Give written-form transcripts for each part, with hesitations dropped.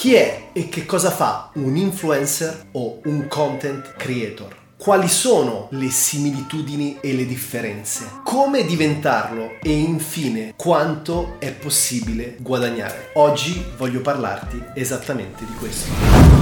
Chi è e che cosa fa un influencer o un content creator? Quali sono le similitudini e le differenze? Come diventarlo? E infine, quanto è possibile guadagnare? Oggi voglio parlarti esattamente di questo.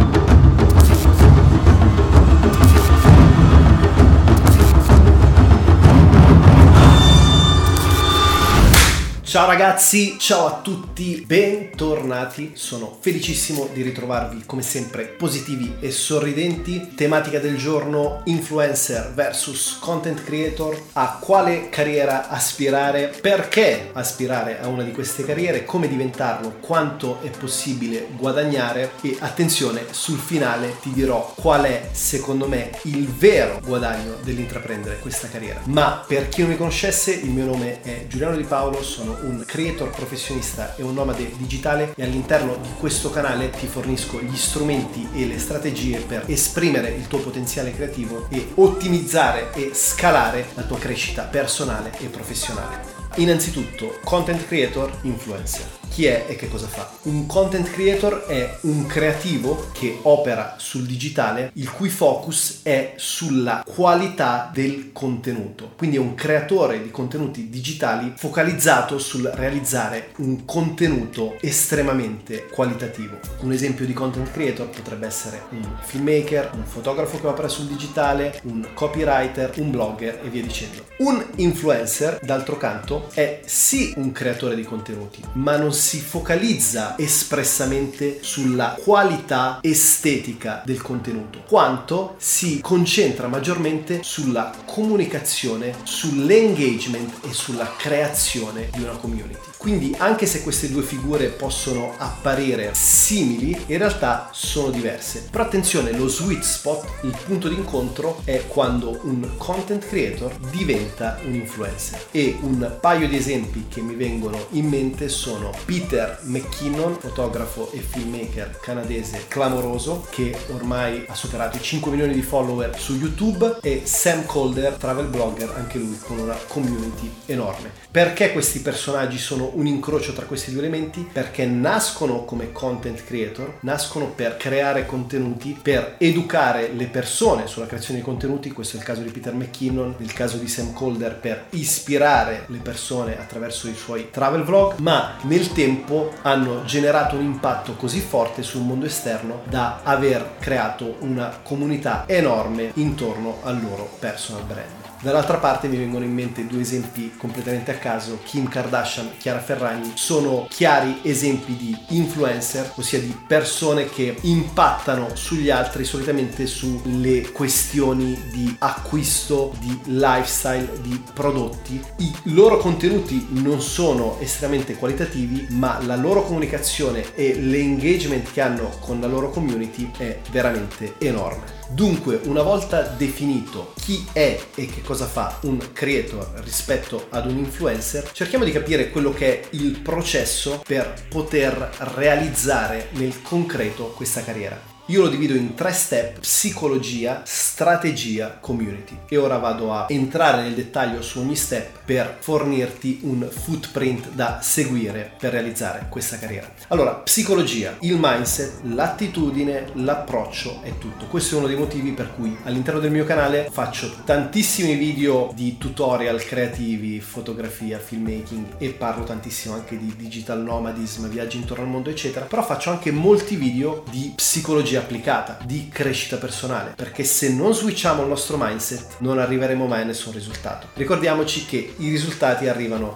Ciao ragazzi, ciao a tutti, bentornati. Sono felicissimo di ritrovarvi come sempre positivi e sorridenti. Tematica del giorno: influencer versus content creator. A quale carriera aspirare? Perché aspirare a una di queste carriere? Come diventarlo? Quanto è possibile guadagnare? E attenzione, sul finale ti dirò qual è secondo me il vero guadagno dell'intraprendere questa carriera. Ma per chi non mi conoscesse, il mio nome è Giuliano Di Paolo, sono un creator professionista e un nomade digitale e all'interno di questo canale ti fornisco gli strumenti e le strategie per esprimere il tuo potenziale creativo e ottimizzare e scalare la tua crescita personale e professionale. Innanzitutto, content creator, influencer. Chi è e che cosa fa? Un content creator è un creativo che opera sul digitale, il cui focus è sulla qualità del contenuto. Quindi è un creatore di contenuti digitali focalizzato sul realizzare un contenuto estremamente qualitativo. Un esempio di content creator potrebbe essere un filmmaker, un fotografo che opera sul digitale, un copywriter, un blogger e via dicendo. Un influencer, d'altro canto, è sì un creatore di contenuti, ma non si focalizza espressamente sulla qualità estetica del contenuto, quanto si concentra maggiormente sulla comunicazione, sull'engagement e sulla creazione di una community. Quindi anche se queste due figure possono apparire simili, in realtà sono diverse. Però attenzione, lo sweet spot, il punto d'incontro, è quando un content creator diventa un influencer. E un paio di esempi che mi vengono in mente sono Peter McKinnon, fotografo e filmmaker canadese clamoroso, che ormai ha superato i 5 milioni di follower su YouTube, e Sam Kolder, travel blogger, anche lui con una community enorme. Perché questi personaggi sono un incrocio tra questi due elementi? Perché nascono come content creator, nascono per creare contenuti, per educare le persone sulla creazione di contenuti. Questo è il caso di Peter McKinnon, nel caso di Sam Kolder per ispirare le persone attraverso i suoi travel vlog, ma nel tempo hanno generato un impatto così forte sul mondo esterno da aver creato una comunità enorme intorno al loro personal brand. Dall'altra parte mi vengono in mente due esempi completamente a caso: Kim Kardashian, Chiara Ferragni. Sono chiari esempi di influencer, ossia di persone che impattano sugli altri, solitamente sulle questioni di acquisto, di lifestyle, di prodotti. I loro contenuti non sono estremamente qualitativi, ma la loro comunicazione e l'engagement che hanno con la loro community è veramente enorme. Dunque, una volta definito chi è e che cosa fa un creator rispetto ad un influencer, cerchiamo di capire quello che è il processo per poter realizzare nel concreto questa carriera. Io lo divido in 3 step: psicologia, strategia, community. E ora vado a entrare nel dettaglio su ogni step per fornirti un footprint da seguire per realizzare questa carriera. Allora, psicologia, il mindset, l'attitudine, l'approccio è tutto. Questo è uno dei motivi per cui all'interno del mio canale faccio tantissimi video di tutorial creativi, fotografia, filmmaking, e parlo tantissimo anche di digital nomadism, viaggi intorno al mondo eccetera, però faccio anche molti video di psicologia applicata, di crescita personale, perché se non switchiamo il nostro mindset non arriveremo mai a nessun risultato. Ricordiamoci che i risultati arrivano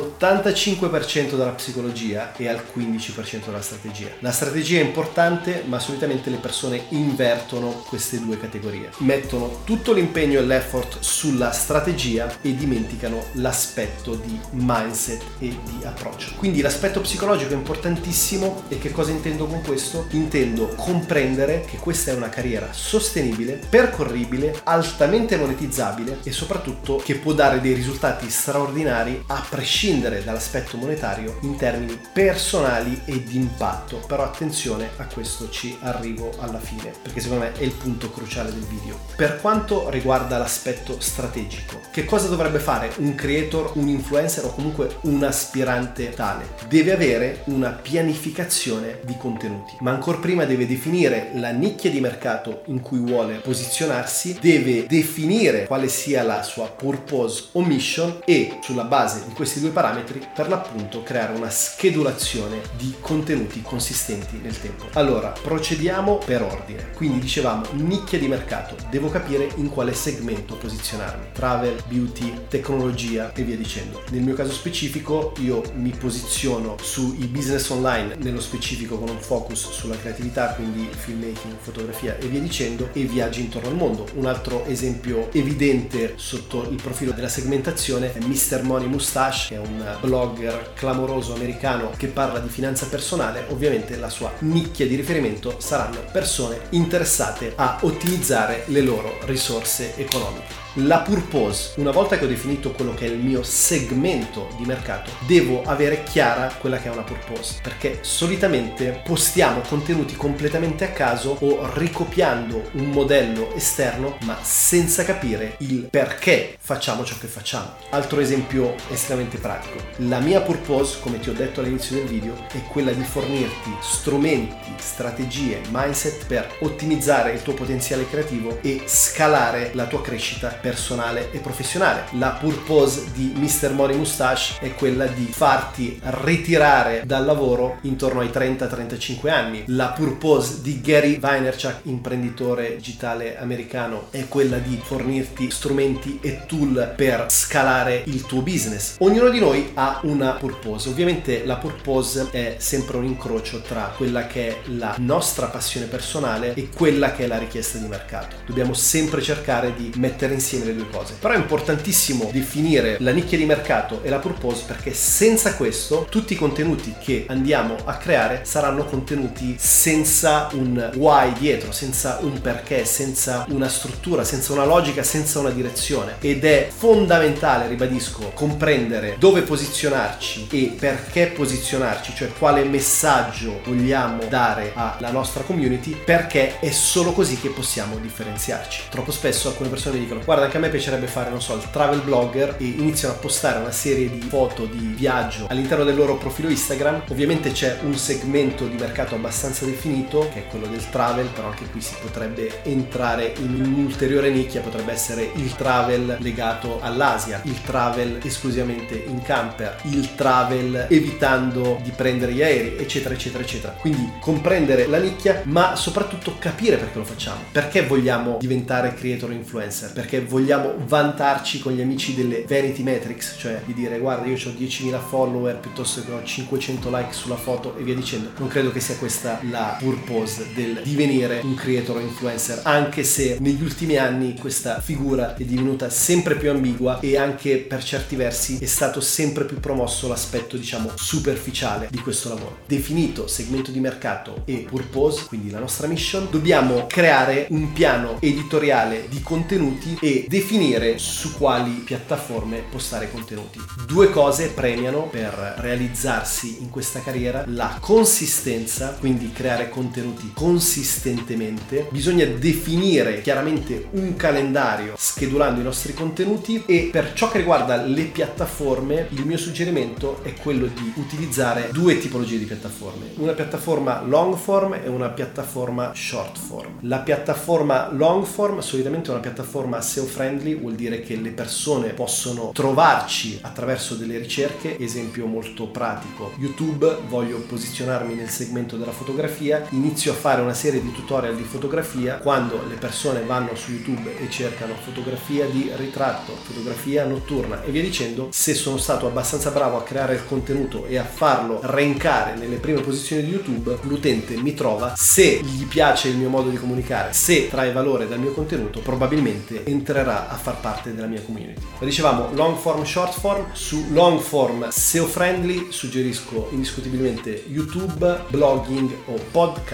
all'85% dalla psicologia e al 15% dalla strategia. La strategia è importante, ma solitamente le persone invertono queste due categorie, mettono tutto l'impegno e l'effort sulla strategia e dimenticano l'aspetto di mindset e di approccio. Quindi l'aspetto psicologico è importantissimo. E che cosa intendo con questo? Intendo comprendere comprendere che questa è una carriera sostenibile, percorribile, altamente monetizzabile e soprattutto che può dare dei risultati straordinari a prescindere dall'aspetto monetario in termini personali e di impatto. Però attenzione, a questo ci arrivo alla fine, perché secondo me è il punto cruciale del video. Per quanto riguarda l'aspetto strategico, che cosa dovrebbe fare un creator, un influencer o comunque un aspirante tale? Deve avere una pianificazione di contenuti, ma ancora prima deve definire la nicchia di mercato in cui vuole posizionarsi, deve definire quale sia la sua purpose o mission e sulla base di questi due parametri per l'appunto creare una schedulazione di contenuti consistenti nel tempo. Allora, procediamo per ordine. Quindi dicevamo nicchia di mercato, devo capire in quale segmento posizionarmi: travel, beauty, tecnologia e via dicendo. Nel mio caso specifico io mi posiziono sui business online, nello specifico con un focus sulla creatività, quindi filmmaking, fotografia e via dicendo, e viaggi intorno al mondo. Un altro esempio evidente sotto il profilo della segmentazione è Mr. Money Mustache, che è un blogger clamoroso americano che parla di finanza personale. Ovviamente la sua nicchia di riferimento saranno persone interessate a ottimizzare le loro risorse economiche. La purpose, una volta che ho definito quello che è il mio segmento di mercato, devo avere chiara quella che è una purpose, perché solitamente postiamo contenuti completamente a caso o ricopiando un modello esterno, ma senza capire il perché facciamo ciò che facciamo. Altro esempio estremamente pratico: la mia purpose, come ti ho detto all'inizio del video, è quella di fornirti strumenti, strategie, mindset per ottimizzare il tuo potenziale creativo e scalare la tua crescita personale e professionale. La purpose di Mr. Money Mustache è quella di farti ritirare dal lavoro intorno ai 30-35 anni. La purpose di Gary Vaynerchuk, imprenditore digitale americano, è quella di fornirti strumenti e tool per scalare il tuo business. Ognuno di noi ha una purpose. Ovviamente la purpose è sempre un incrocio tra quella che è la nostra passione personale e quella che è la richiesta di mercato. Dobbiamo sempre cercare di mettere insieme le due cose. Però è importantissimo definire la nicchia di mercato e la purpose, perché senza questo tutti i contenuti che andiamo a creare saranno contenuti senza un why dietro, senza un perché, senza una struttura, senza una logica, senza una direzione. Ed è fondamentale, ribadisco, comprendere dove posizionarci e perché posizionarci, cioè quale messaggio vogliamo dare alla nostra community, perché è solo così che possiamo differenziarci. Troppo spesso alcune persone dicono: guarda, anche a me piacerebbe fare, non so, il travel blogger, e iniziano a postare una serie di foto di viaggio all'interno del loro profilo Instagram. Ovviamente c'è un segmento di mercato abbastanza definito, che è quello del travel, però anche qui si potrebbe entrare in un'ulteriore nicchia. Potrebbe essere il travel legato all'Asia, il travel esclusivamente in camper, il travel evitando di prendere gli aerei, eccetera eccetera eccetera. Quindi comprendere la nicchia, ma soprattutto capire perché lo facciamo, perché vogliamo diventare creator influencer, perché vogliamo vantarci con gli amici delle vanity metrics, cioè di dire: guarda, io ho 10.000 follower piuttosto che ho 500 like sulla foto e via dicendo. Non credo che sia questa la purpose del divenire un creator influencer, anche se negli ultimi anni questa figura è divenuta sempre più ambigua e anche per certi versi è stato sempre più promosso l'aspetto, diciamo, superficiale di questo lavoro. Definito segmento di mercato e purpose, quindi la nostra mission, dobbiamo creare un piano editoriale di contenuti e definire su quali piattaforme postare contenuti. Due cose premiano per realizzarsi in questa carriera: la consistenza, quindi creare contenuti consistentemente. Bisogna definire chiaramente un calendario schedulando i nostri contenuti, e per ciò che riguarda le piattaforme il mio suggerimento è quello di utilizzare due tipologie di piattaforme: una piattaforma long form e una piattaforma short form. La piattaforma long form solitamente è una piattaforma SEO friendly, vuol dire che le persone possono trovarci attraverso delle ricerche. Esempio molto pratico: YouTube, voglio posizionarmi nel segmento della fotografia, inizio a fare una serie di tutorial di fotografia. Quando le persone vanno su YouTube e cercano fotografia di ritratto, fotografia notturna e via dicendo, se sono stato abbastanza bravo a creare il contenuto e a farlo rankare nelle prime posizioni di YouTube, l'utente mi trova. Se gli piace il mio modo di comunicare, se trae valore dal mio contenuto, probabilmente entrerà a far parte della mia community. Lo dicevamo, long form, short form. Su long form SEO friendly suggerisco indiscutibilmente YouTube, blogging o podcasting.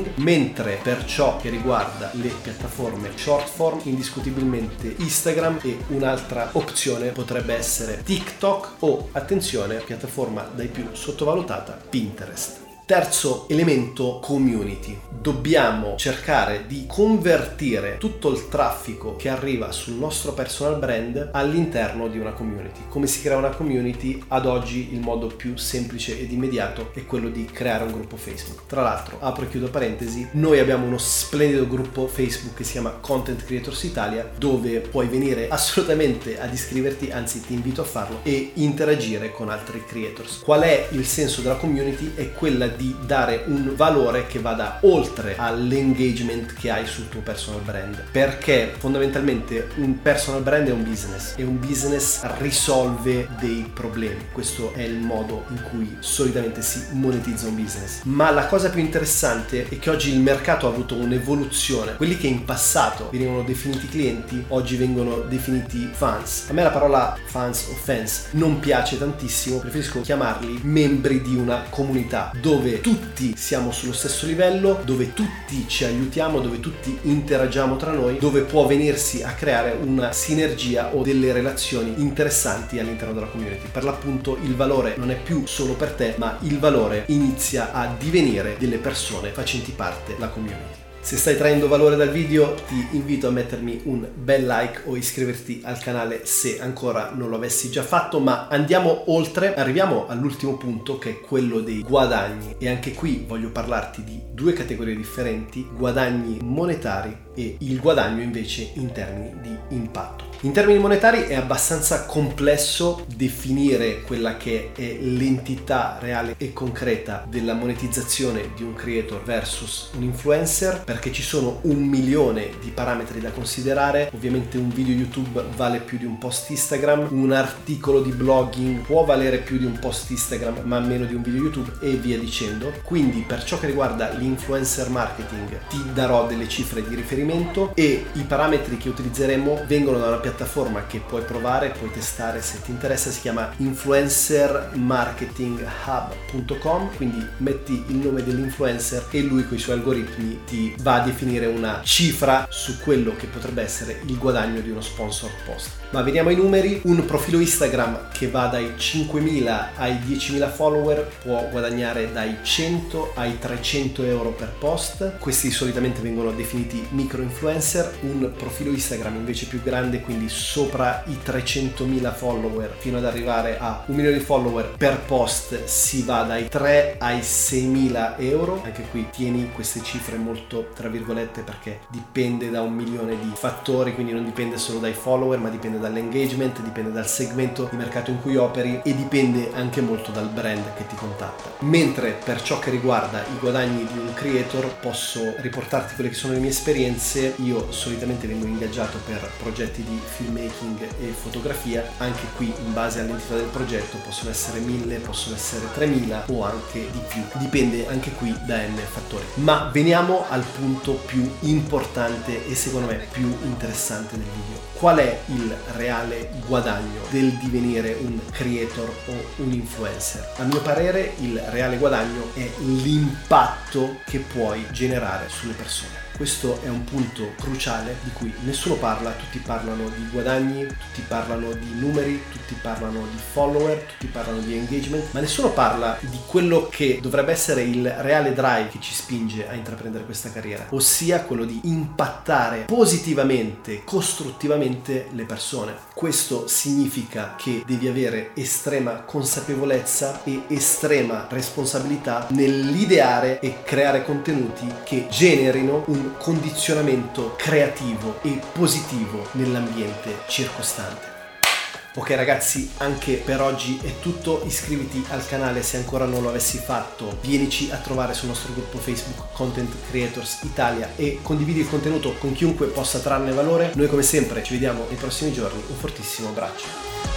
contenuti, mentre per ciò che riguarda le piattaforme short form, indiscutibilmente Instagram, e un'altra opzione potrebbe essere TikTok o, attenzione, piattaforma dai più sottovalutata, Pinterest. Terzo elemento, community. Dobbiamo cercare di convertire tutto il traffico che arriva sul nostro personal brand all'interno di una community. Come si crea una community? Ad oggi il modo più semplice ed immediato è quello di creare un gruppo Facebook. Tra l'altro, apro e chiudo parentesi, noi abbiamo uno splendido gruppo Facebook che si chiama Content Creators Italia, dove puoi venire assolutamente ad iscriverti, anzi ti invito a farlo, e interagire con altri creators. Qual è il senso della community? È quella di dare un valore che vada oltre all'engagement che hai sul tuo personal brand, perché fondamentalmente un personal brand è un business e un business risolve dei problemi. Questo è il modo in cui solitamente si monetizza un business. Ma la cosa più interessante è che oggi il mercato ha avuto un'evoluzione. Quelli che in passato venivano definiti clienti oggi vengono definiti fans. A me la parola fans o fans non piace tantissimo, preferisco chiamarli membri di una comunità dove tutti siamo sullo stesso livello, dove tutti ci aiutiamo, dove tutti interagiamo tra noi, dove può venirsi a creare una sinergia o delle relazioni interessanti all'interno della community. Per l'appunto il valore non è più solo per te, ma il valore inizia a divenire delle persone facenti parte della community. Se stai traendo valore dal video, ti invito a mettermi un bel like o iscriverti al canale se ancora non lo avessi già fatto, ma andiamo oltre, arriviamo all'ultimo punto, che è quello dei guadagni, e anche qui voglio parlarti di due categorie differenti: guadagni monetari e il guadagno invece in termini di impatto. In termini monetari è abbastanza complesso definire quella che è l'entità reale e concreta della monetizzazione di un creator versus un influencer, perché ci sono 1 milione di parametri da considerare. Ovviamente un video YouTube vale più di un post Instagram, un articolo di blogging può valere più di un post Instagram ma meno di un video YouTube, e via dicendo. Quindi per ciò che riguarda l'influencer marketing ti darò delle cifre di riferimento, e i parametri che utilizzeremo vengono da una piattaforma che puoi provare, puoi testare se ti interessa, si chiama influencermarketinghub.com. quindi metti il nome dell'influencer e lui con i suoi algoritmi ti va a definire una cifra su quello che potrebbe essere il guadagno di uno sponsor post. Ma veniamo ai numeri. Un profilo Instagram che va dai 5.000 ai 10.000 follower può guadagnare dai 100 ai 300 euro per post. Questi solitamente vengono definiti micro influencer. Un profilo Instagram invece più grande, quindi sopra i 300.000 follower fino ad arrivare a 1 milione di follower per post, si va dai 3 ai 6.000 euro. Anche qui tieni queste cifre molto tra virgolette, perché dipende da 1 milione di fattori, quindi non dipende solo dai follower, ma dipende dall'engagement, dipende dal segmento di mercato in cui operi e dipende anche molto dal brand che ti contatta. Mentre per ciò che riguarda i guadagni di un creator posso riportarti quelle che sono le mie esperienze. Io solitamente vengo ingaggiato per progetti di filmmaking e fotografia. Anche qui in base all'entità del progetto possono essere 1.000, possono essere 3.000 o anche di più, dipende anche qui da n fattori. Ma veniamo al punto più importante e secondo me più interessante del video. Qual è il reale guadagno del divenire un creator o un influencer? A mio parere il reale guadagno è l'impatto che puoi generare sulle persone. Questo è un punto cruciale di cui nessuno parla. Tutti parlano di guadagni, tutti parlano di numeri, tutti parlano di follower, tutti parlano di engagement, ma nessuno parla di quello che dovrebbe essere il reale drive che ci spinge a intraprendere questa carriera, ossia quello di impattare positivamente, costruttivamente le persone. Questo significa che devi avere estrema consapevolezza e estrema responsabilità nell'ideare e creare contenuti che generino un condizionamento creativo e positivo nell'ambiente circostante. Ok ragazzi, anche per oggi è tutto. Iscriviti al canale se ancora non lo avessi fatto, vienici a trovare sul nostro gruppo Facebook Content Creators Italia e condividi il contenuto con chiunque possa trarne valore. Noi come sempre ci vediamo nei prossimi giorni, un fortissimo abbraccio.